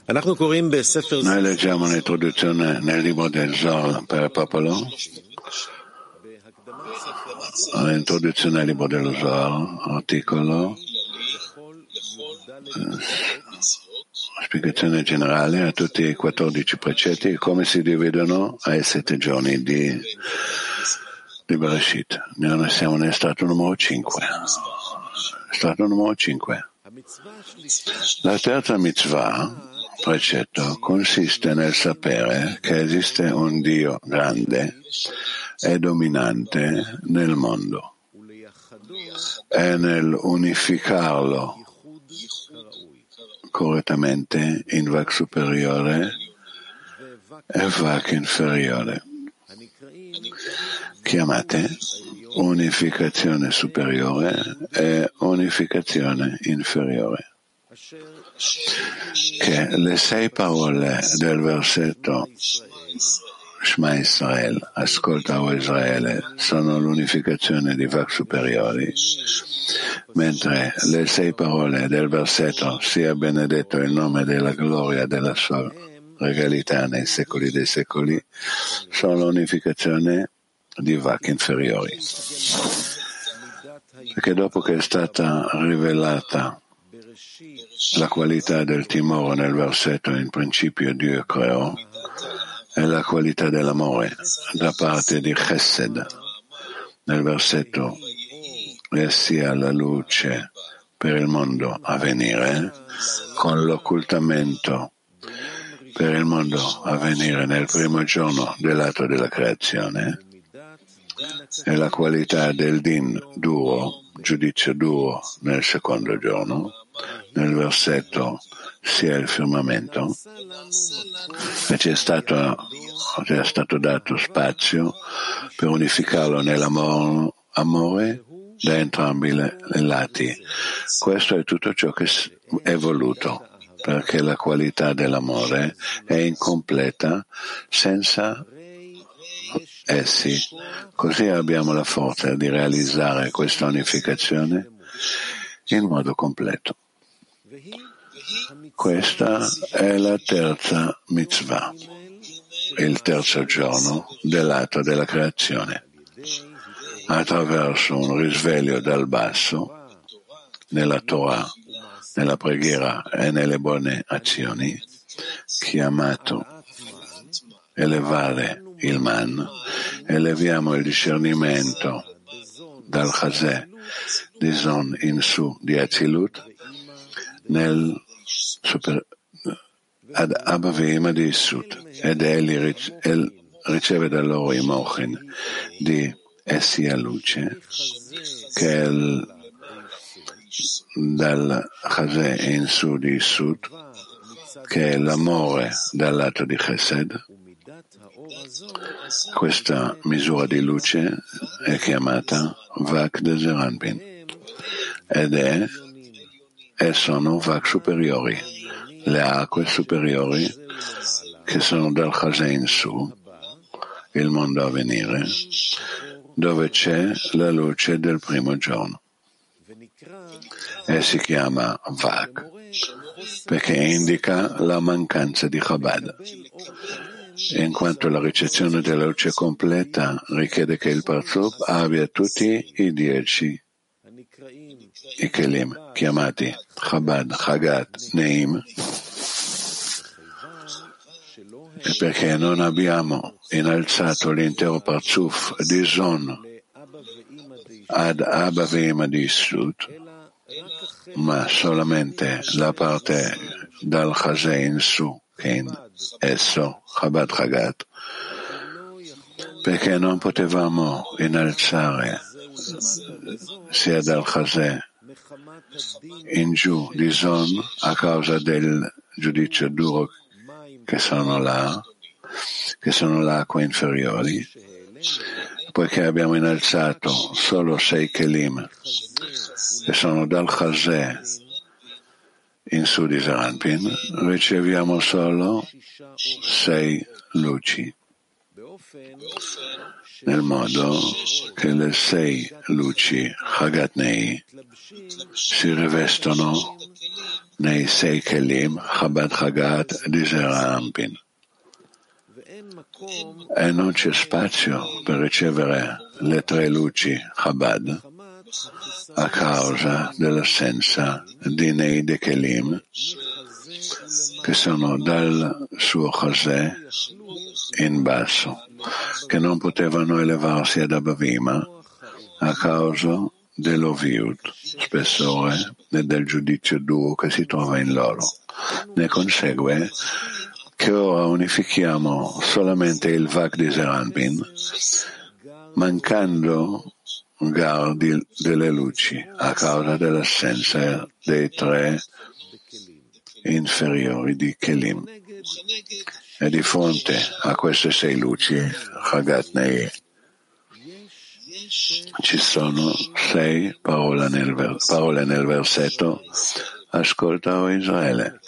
Noi leggiamo l'introduzione nel libro del Zohar per il popolo, l'introduzione al libro dello Zohar, articolo, spiegazione generale a tutti i 14 precetti e come si dividono ai 7 giorni di Bereshit. Noi siamo nel strato numero 5. Strato numero 5. La terza mitzvah, precetto, consiste nel sapere che esiste un Dio grande e dominante nel mondo e nell'unificarlo correttamente in Vak superiore e Vak inferiore, chiamate unificazione superiore e unificazione inferiore, che le 6 parole del versetto Shema Israel, ascolta o Israele, sono l'unificazione di Vak superiori, mentre le 6 parole del versetto sia benedetto il nome della gloria della sua regalità nei secoli dei secoli, sono l'unificazione di Vak inferiori. Perché dopo che è stata rivelata la qualità del timore nel versetto in principio Dio creò, e la qualità dell'amore da parte di Chesed nel versetto e sia la luce per il mondo a venire, con l'occultamento per il mondo a venire nel primo giorno dell'atto della creazione, e la qualità del din duro, giudizio duro nel secondo giorno, nel versetto sia il firmamento, e ci è stato dato spazio per unificarlo nell'amore da entrambi i lati. Questo è tutto ciò che è voluto, perché la qualità dell'amore è incompleta senza essi. Così abbiamo la forza di realizzare questa unificazione in modo completo. Questa è la terza mitzvah, il terzo giorno dell'atto della creazione, attraverso un risveglio dal basso, nella Torah, nella preghiera e nelle buone azioni, chiamato elevare il man, eleviamo il discernimento dal Chazè di Zon in su di Azilut ad Abba Ve'ima di Issut, ed egli riceve da loro i mochin di essi a luce, che è dal Chazè in su di Issut, che è l'amore dal lato di Chesed. Questa misura di luce è chiamata Vak de Zeranpin e sono Vak superiori, le acque superiori che sono dal Chazè in su, il mondo a venire, dove c'è la luce del primo giorno. E si chiama Vak perché indica la mancanza di Chabad, in quanto la ricezione della luce completa richiede che il Parzuf abbia tutti i 10 i Kelim chiamati Chabad, Chagat, Neim, e perché non abbiamo innalzato l'intero Parzuf di Zon ad Abba Ve'ima di Issut, ma solamente la parte dal Chazè in su, che in esso, Chabad Chagat, perché non potevamo innalzare sia dal Chazè in giù di Zon a causa del giudizio duro che sono l'acqua inferiori, poiché abbiamo innalzato solo 6 Kelim che sono dal Chazè in su di Zeranpin, riceviamo solo 6 luci, nel modo che le 6 luci Chagat Nei si rivestono nei 6 Kelim Chabad Chagat di Zera Anpin, e non c'è spazio per ricevere le 3 luci Chabad a causa dell'assenza di nei de Kelim che sono dal suo Chazè in basso, che non potevano elevarsi ad Abavima a causa dell'oviut, spessore e del giudizio duro che si trova in loro. Ne consegue che ora unifichiamo solamente il Vak di Zeranpin, mancando gardi delle luci a causa dell'assenza dei 3 inferiori di Kelim. E di fronte a queste 6 luci, Chagat Nei, ci sono 6 parole nel versetto Ascolta, o Israele,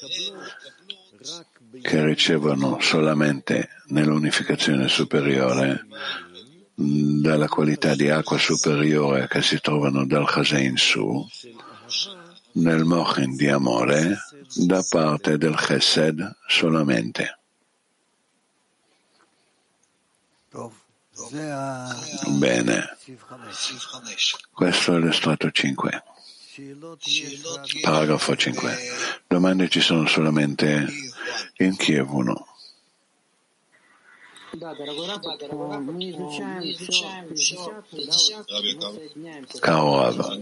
che ricevono solamente nell'unificazione superiore dalla qualità di acqua superiore che si trovano dal Chazè in su, nel Mochin di amore, da parte del Chesed solamente. Bene, questo è l'estratto 5. Paragrafo 5. Domande ci sono solamente in Kiev 1. Caro Rav,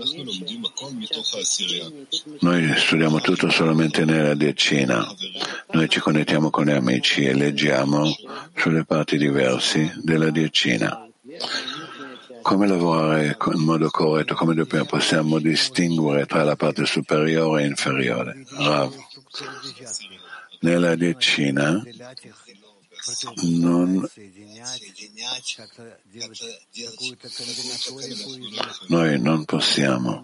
noi studiamo tutto solamente nella decina. Noi ci connettiamo con gli amici e leggiamo sulle parti diverse della decina. Come lavorare in modo corretto? Come possiamo distinguere tra la parte superiore e inferiore? Rav, nella decina noi non possiamo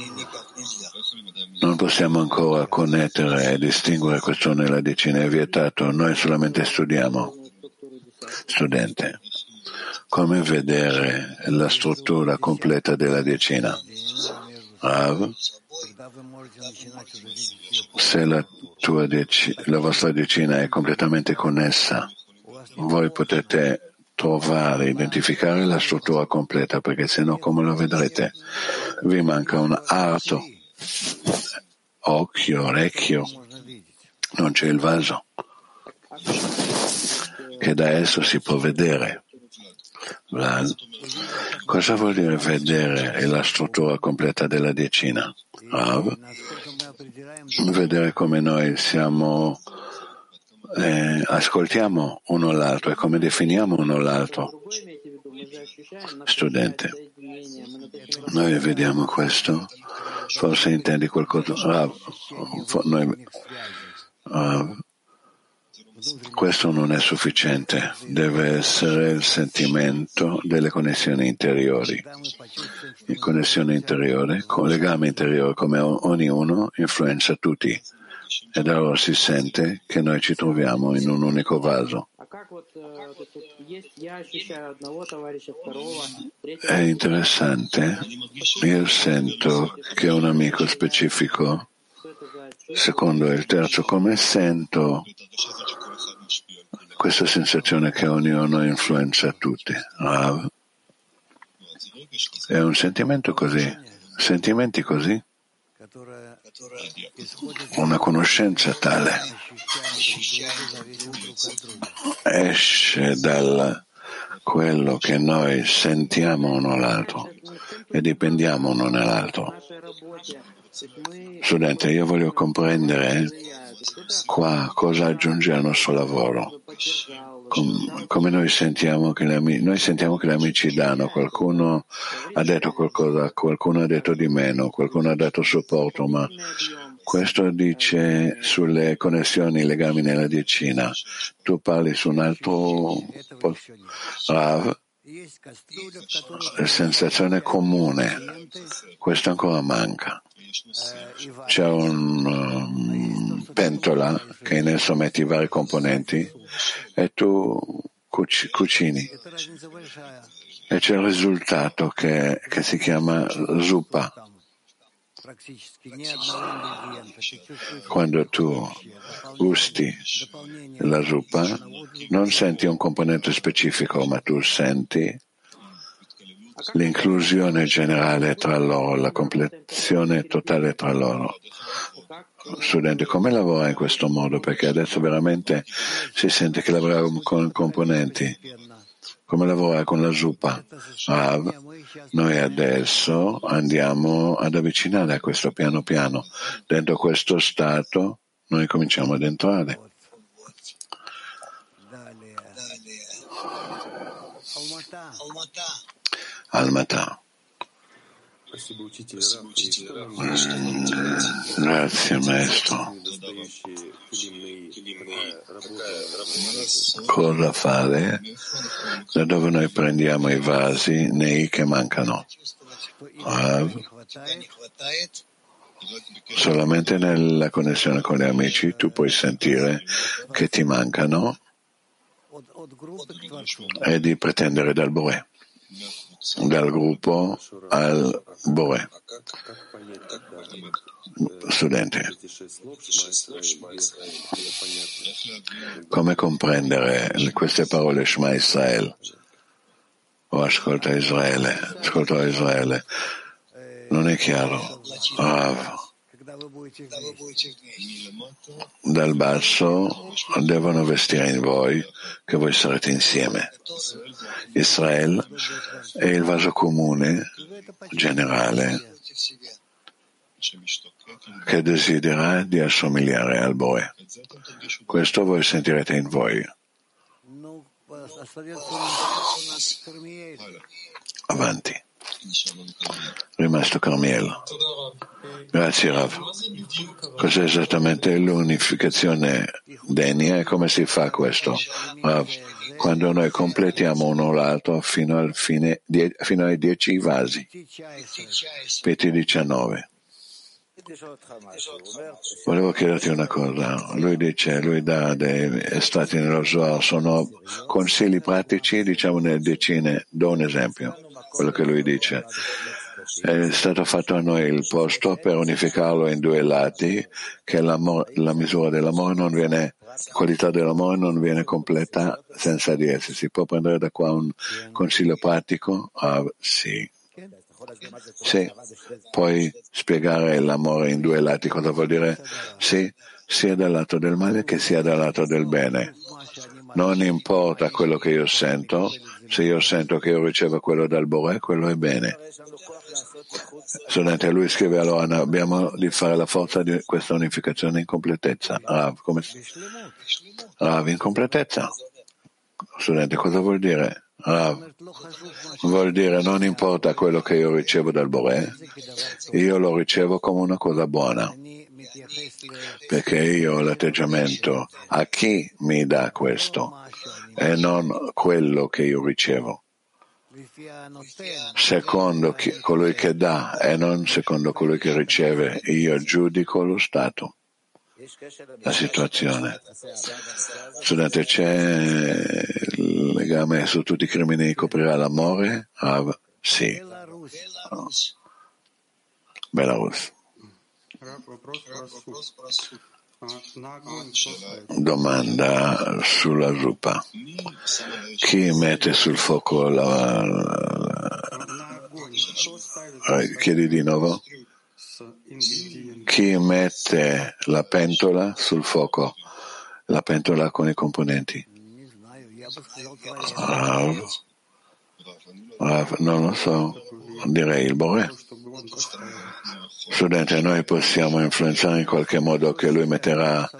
ancora connettere e distinguere questo nella decina, è vietato. Noi solamente studiamo. Studente, come vedere la struttura completa della decina? Rav, se la vostra decina è completamente connessa, voi potete trovare, identificare la struttura completa, perché se no come lo vedrete? Vi manca un arto, occhio, orecchio, non c'è il vaso, che da esso si può vedere. Cosa vuol dire vedere la struttura completa della decina? Vedere come noi siamo, ascoltiamo uno l'altro e come definiamo uno l'altro. Studente, noi vediamo questo, forse intendi qualcosa. Questo non è sufficiente, deve essere il sentimento delle connessioni interiori. In connessione interiore, con legame interiore, come ognuno influenza tutti, ed allora si sente che noi ci troviamo in un unico vaso. È interessante, io sento che un amico specifico, secondo il terzo, come sento questa sensazione che ognuno influenza tutti. È un sentimento così, sentimenti così, una conoscenza tale esce da quello che noi sentiamo uno all'altro e dipendiamo uno nell'altro. Studente, io voglio comprendere qua cosa aggiunge al nostro lavoro. Come noi sentiamo che gli amici danno, qualcuno ha detto qualcosa, qualcuno ha detto di meno, qualcuno ha dato supporto, ma questo dice sulle connessioni, legami nella decina. Tu parli su un altro Rav, la sensazione comune, questo ancora manca. C'è un pentola che in esso metti i vari componenti e tu cucini e c'è il risultato che si chiama zuppa. Quando tu gusti la zuppa, non senti un componente specifico, ma tu senti l'inclusione generale tra loro, la complezione totale tra loro. Studente, come lavora in questo modo? Perché adesso veramente si sente che lavora con componenti. Come lavora con la zuppa? Noi adesso andiamo ad avvicinare a questo piano piano. Dentro questo stato noi cominciamo ad entrare. Almatà. Grazie maestro. Cosa fare da dove noi prendiamo i vasi nei che mancano? Solamente nella connessione con gli amici tu puoi sentire che ti mancano e di pretendere dal Boré, dal gruppo al Boré. Studente, come comprendere queste parole Shema Israel o ascolta Israele? Ascolta Israele. Non è chiaro. Dal basso devono vestire in voi che voi sarete insieme. Israele è il vaso comune generale che desidera di assomigliare al Boe. Questo voi sentirete in voi. Avanti. Rimasto Carmiel. Grazie Rav. Cos'è esattamente l'unificazione degna e come si fa questo? Rav, quando noi completiamo uno o l'altro fino ai 10 vasi. PT 19. Volevo chiederti una cosa. Lui dice, lui dà dei estratti nello Zohar, sono consigli pratici, diciamo nelle decine. Do un esempio, quello che lui dice. È stato fatto a noi il posto per unificarlo in due lati, che la misura dell'amore non viene, la qualità dell'amore non viene completa senza di esse. Si può prendere da qua un consiglio pratico? Sì. Sì, puoi spiegare l'amore in due lati, cosa vuol dire? Sì, sia dal lato del male che sia dal lato del bene. Non importa quello che io sento, se io sento che io ricevo quello dal Boré, quello è bene. Studente, lui scrive allora abbiamo di fare la forza di questa unificazione in completezza. Rav, in completezza. Studente, cosa vuol dire? Vuol dire non importa quello che io ricevo dal Boré, io lo ricevo come una cosa buona, perché io ho l'atteggiamento a chi mi dà questo e non quello che io ricevo, secondo colui che dà e non secondo colui che riceve. Io giudico lo stato, la situazione. Studente, c'è il legame su tutti i crimini coprirà l'amore? Sì. Belarus. Domanda sulla zuppa. Chi mette sul fuoco chiedi di nuovo? Chi mette la pentola sul fuoco? La pentola con i componenti? Non lo so, direi il Boré. Studente, noi possiamo influenzare in qualche modo che lui metterà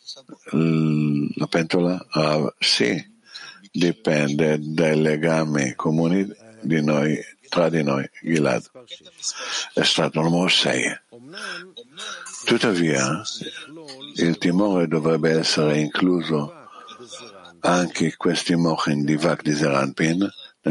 la pentola? Sì, dipende dai legami comuni di noi, tra di noi. Gilad è stato numero 6. Tuttavia, il timore dovrebbe essere incluso anche questi mochin di Vak di Zeranpin,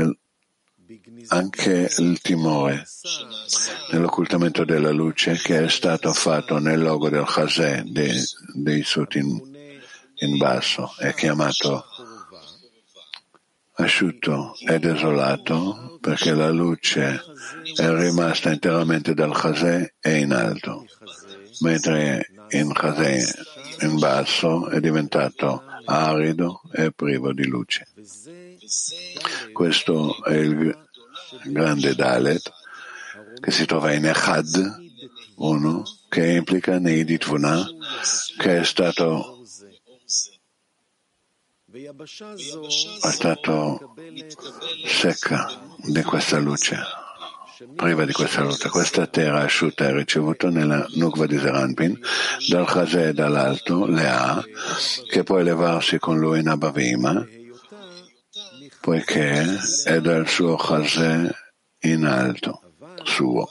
anche il timore nell'occultamento della luce che è stato fatto nel logo del Chazè dei Sut in basso, è chiamato asciutto e desolato perché la luce è rimasta interamente dal Chazè e in alto, mentre in Chazè in basso è diventato arido e privo di luce. Questo è il grande Dalet che si trova in Echad, uno, che implica Neidit Vuna, che è stato secca di questa luce, priva di questa luce. Questa terra asciutta è ricevuta nella Nukva di Zeranpin dal Chazè e dall'alto, Lea, che può elevarsi con lui in Abavima, poiché è dal suo Chazè in alto, suo.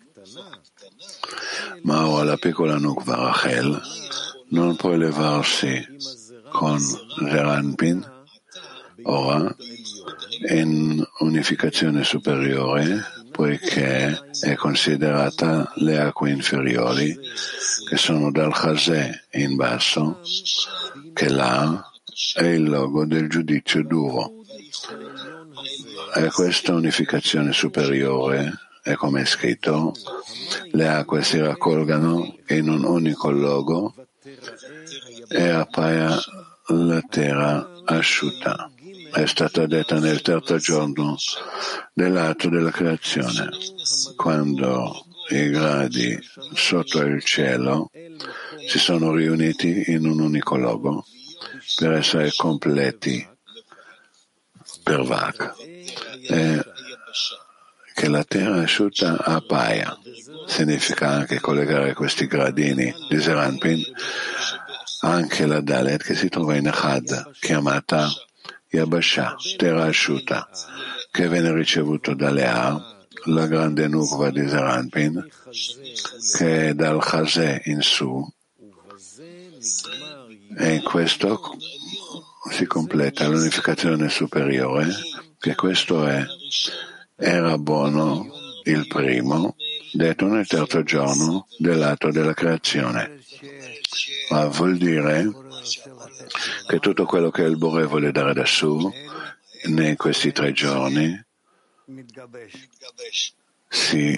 Ma ora la piccola Nukva Rachel non può elevarsi con Zeranpin, ora in unificazione superiore, poiché è considerata le acque inferiori che sono dal Chazè in basso, che là è il logo del giudizio duro. E questa unificazione superiore è come è scritto: le acque si raccolgano in un unico logo e appaia la terra asciutta. È stata detta nel terzo giorno dell'atto della creazione, quando i gradi sotto il cielo si sono riuniti in un unico logo per essere completi per Vak, e che la terra asciutta appaia. Significa anche collegare questi gradini di Zeranpin anche la Dalet che si trova in Echad, chiamata Yabasha, terra asciutta, che viene ricevuto da Lea, la grande Nukva di Zeranpin, che è dal Chazè in su, e in questo si completa l'unificazione superiore, che questo era buono il primo, detto nel terzo giorno dell'atto della creazione. Ma vuol dire che tutto quello che il Bore vuole dare da su in questi 3 giorni si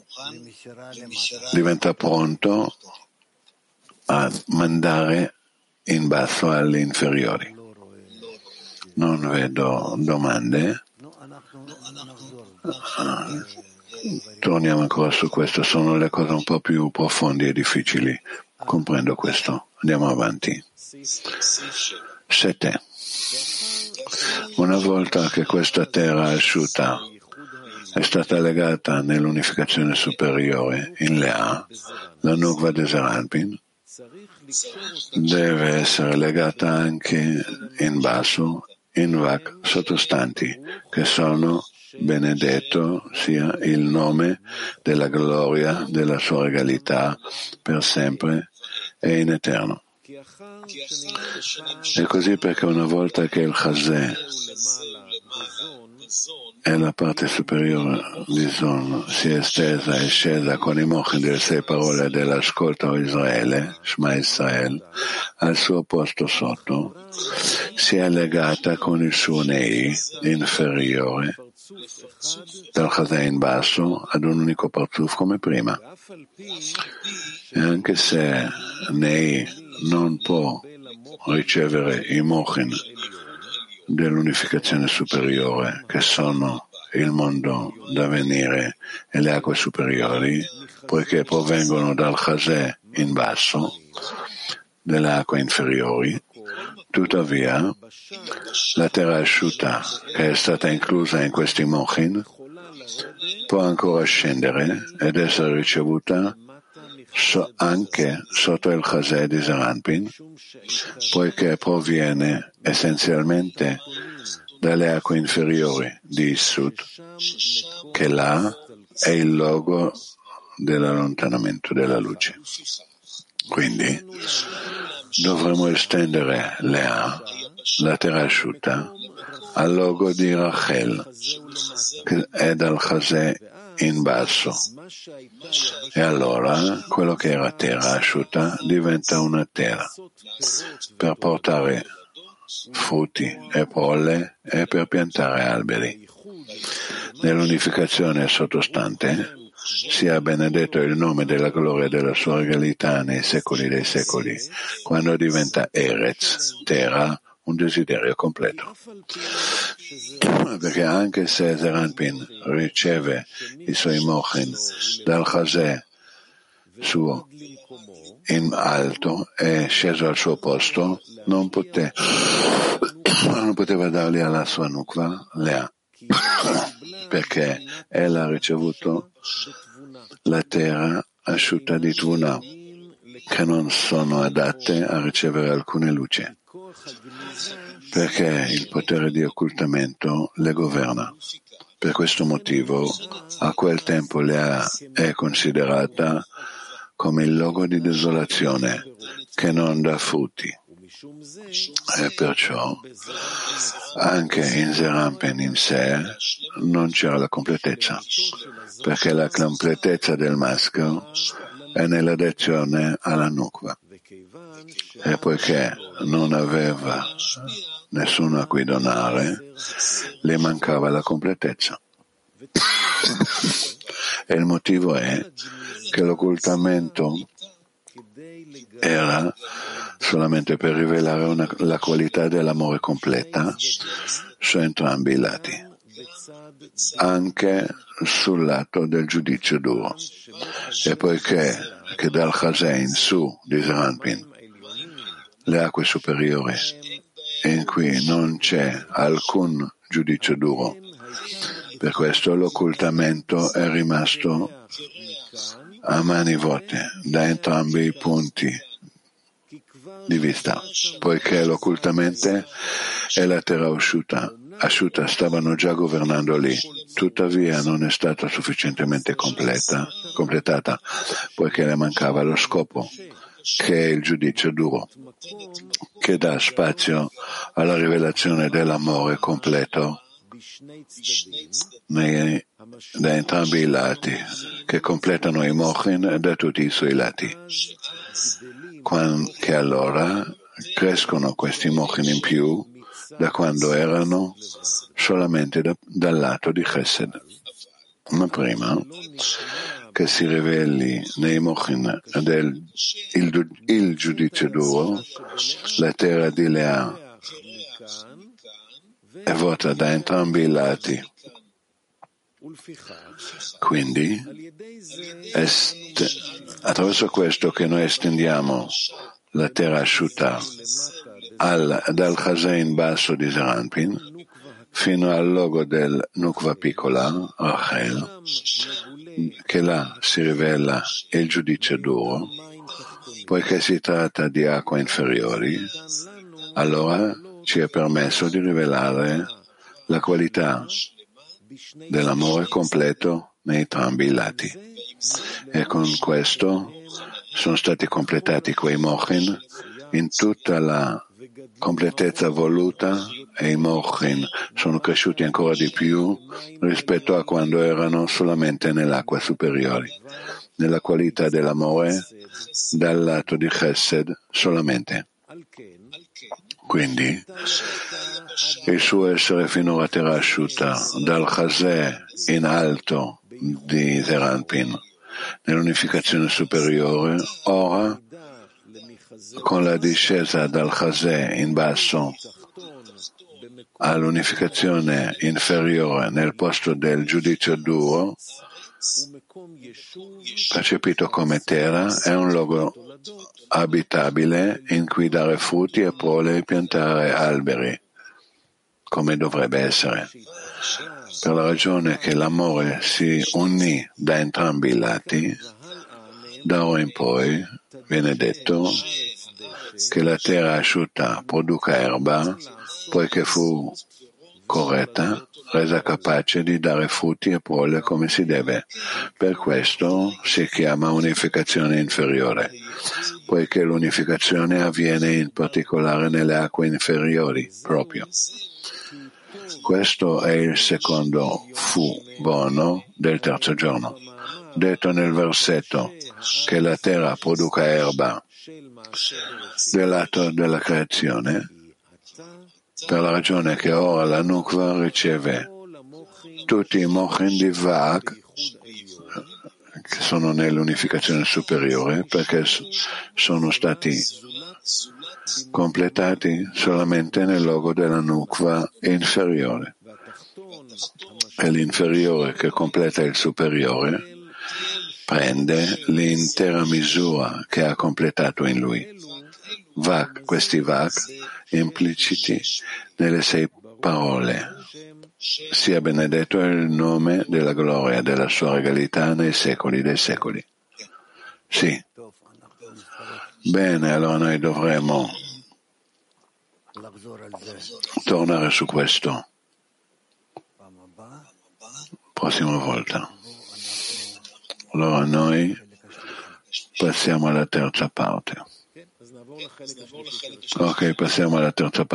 diventa pronto a mandare in basso alle inferiori. Non vedo domande. Torniamo ancora su questo, sono le cose un po' più profonde e difficili. Comprendo questo. Andiamo avanti. 7. Una volta che questa terra asciutta è stata legata nell'unificazione superiore in Lea, la Nukva de Zeranpin deve essere legata anche in basso in Vak sottostanti, che sono benedetto sia il nome della gloria della sua regalità per sempre e in eterno. E così perché una volta che il Chazè e la parte superiore di Zon si è estesa e scesa con i mochi delle 6 parole dell'ascolto Israele, Shema Israel, al suo posto sotto, si è legata con il suo Nei inferiore dal Chazè in basso ad un unico Parzuf come prima. E anche se Nei non può ricevere i mochin dell'unificazione superiore, che sono il mondo da venire e le acque superiori, poiché provengono dal Chazè in basso, delle acque inferiori, tuttavia la terra asciutta che è stata inclusa in questi mochin può ancora scendere ed essere ricevuta anche sotto il Chazè di Zeranpin, poiché proviene essenzialmente dalle acque inferiori di Issud, che là è il logo dell'allontanamento della luce. Quindi dovremo estendere Lea, la terra asciutta, al logo di Rachel, che è dal Chazè in basso. E allora quello che era terra asciutta diventa una terra, per portare frutti e prole e per piantare alberi. Nell'unificazione sottostante sia benedetto il nome della gloria e della sua regalità nei secoli dei secoli, quando diventa Eretz, terra, un desiderio completo. Perché anche se Zeir Anpin riceve i suoi mochin dal Chazè suo in alto e sceso al suo posto, non poteva darli alla sua nukva, Lea, perché ella ha ricevuto la terra asciutta di Tvuna, che non sono adatte a ricevere alcune luci, perché il potere di occultamento le governa. Per questo motivo, a quel tempo Lea è considerata come il logo di desolazione che non dà frutti. E perciò anche in Zeir Anpin in sé non c'era la completezza, perché la completezza del maschio è nella direzione alla nukva. E poiché non aveva nessuno a cui donare, le mancava la completezza. E il motivo è che l'occultamento era solamente per rivelare la qualità dell'amore completa su entrambi i lati, anche sul lato del giudizio duro. E poiché che dal Chazè in su di Zeir Anpin le acque superiori in cui non c'è alcun giudizio duro, per questo l'occultamento è rimasto a mani vuote da entrambi i punti di vista, poiché l'occultamento e la terra asciutta stavano già governando lì, tuttavia non è stata sufficientemente completata, poiché le mancava lo scopo, che è il giudizio duro, che dà spazio alla rivelazione dell'amore completo da entrambi i lati, che completano i mochin da tutti i suoi lati, che allora crescono questi mochin in più da quando erano solamente dal lato di Chesed. Ma prima che si riveli nei mochin il giudizio duro, la terra di Lea è vuota da entrambi i lati. Quindi attraverso questo che noi estendiamo la terra asciutta dal Chazè in basso di Zeir Anpin fino al logo del Nukva piccola, Rachel, che là si rivela il giudizio duro, poiché si tratta di acque inferiori, allora ci è permesso di rivelare la qualità dell'amore completo nei entrambi i lati. E con questo sono stati completati quei mochin in tutta la completezza voluta, e i mochin sono cresciuti ancora di più rispetto a quando erano solamente nell'acqua superiori, nella qualità dell'amore dal lato di Chesed solamente. Quindi il suo essere finora terra asciutta dal Chazè in alto di Zeir Anpin nell'unificazione superiore, ora con la discesa dal Chazè in basso all'unificazione inferiore nel posto del giudizio duro, percepito come terra, è un luogo abitabile in cui dare frutti e prole e piantare alberi, come dovrebbe essere. Per la ragione che l'amore si unì da entrambi i lati, da ora in poi viene detto che la terra asciutta produca erba, poiché fu corretta, resa capace di dare frutti e prole come si deve. Per questo si chiama unificazione inferiore, poiché l'unificazione avviene in particolare nelle acque inferiori proprio. Questo è il secondo fu buono del terzo giorno, detto nel versetto che la terra produca erba del lato della creazione, per la ragione che ora la Nukva riceve tutti i mochin di Vak che sono nell'unificazione superiore, perché sono stati completati solamente nel logo della Nukva inferiore. E l'inferiore che completa il superiore prende l'intera misura che ha completato in lui. Vak, questi Vak impliciti nelle 6 parole. Sia benedetto il nome della gloria della sua regalità nei secoli dei secoli. Sì. Bene, allora noi dovremo tornare su questo prossima volta. Allora noi passiamo alla terza parte. Ok, passiamo alla terza parte.